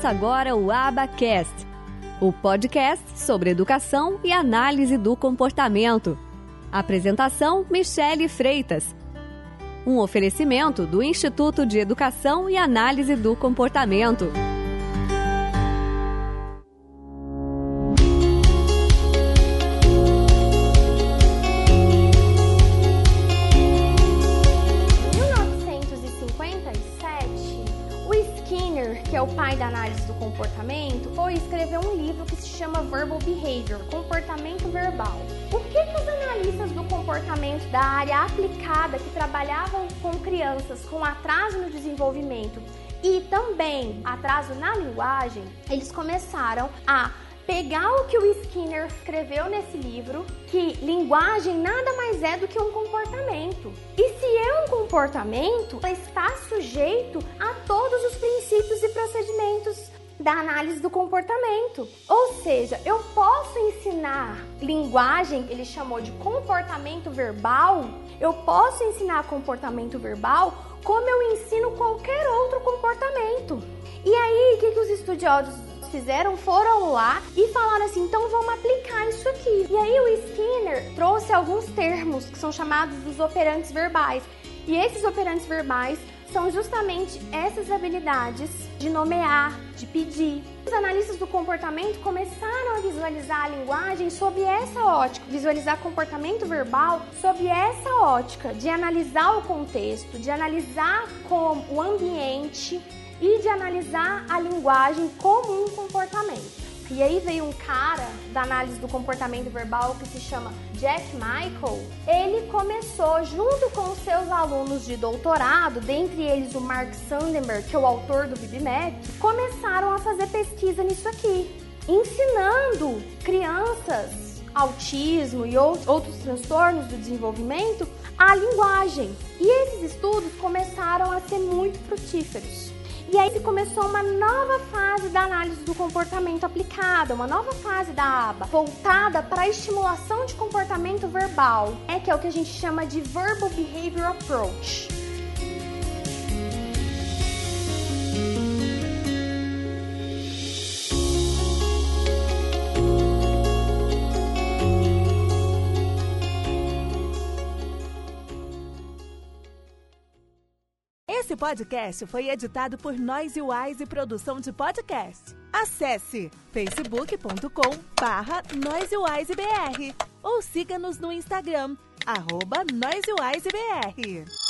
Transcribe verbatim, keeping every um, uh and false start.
Começa agora o AbaCast, o podcast sobre educação e análise do comportamento. Apresentação: Michele Freitas. Um oferecimento do Instituto de Educação e Análise do Comportamento. Que é o pai da análise do comportamento, foi escrever um livro que se chama Verbal Behavior, Comportamento Verbal. Por que que os analistas do comportamento da área aplicada que trabalhavam com crianças com atraso no desenvolvimento e também atraso na linguagem, eles começaram a pegar o que o Skinner escreveu nesse livro, que linguagem nada mais é do que um comportamento. E se é um comportamento, ela está sujeito a todos os princípios e procedimentos da análise do comportamento. Ou seja, eu posso ensinar linguagem, ele chamou de comportamento verbal, eu posso ensinar comportamento verbal como eu ensino qualquer outro comportamento. E aí, o que, que os estudiosos fizeram? Foram lá e falaram assim, então vamos aplicar isso aqui. E aí o Skinner trouxe alguns termos que são chamados dos operantes verbais. E esses operantes verbais são justamente essas habilidades de nomear, de pedir. Os analistas do comportamento começaram a visualizar a linguagem sob essa ótica, visualizar comportamento verbal sob essa ótica, de analisar o contexto, de analisar como o ambiente e de analisar a linguagem como um comportamento. E aí veio um cara da análise do comportamento verbal que se chama Jack Michael. Ele começou, junto com os seus alunos de doutorado, dentre eles o Mark Sandenberg, que é o autor do BibMap, começaram a fazer pesquisa nisso aqui, ensinando crianças, autismo e outros transtornos do desenvolvimento a linguagem. E esses estudos começaram a ser muito frutíferos. E aí começou uma nova fase da análise do comportamento aplicada, uma nova fase da aba, voltada para a estimulação de comportamento verbal, é que é o que a gente chama de Verbal Behavior Approach. Esse podcast foi editado por Noise Wise Produção de Podcast. Acesse facebook ponto com barra noisewisebr ou siga-nos no Instagram, arroba noisewisebr.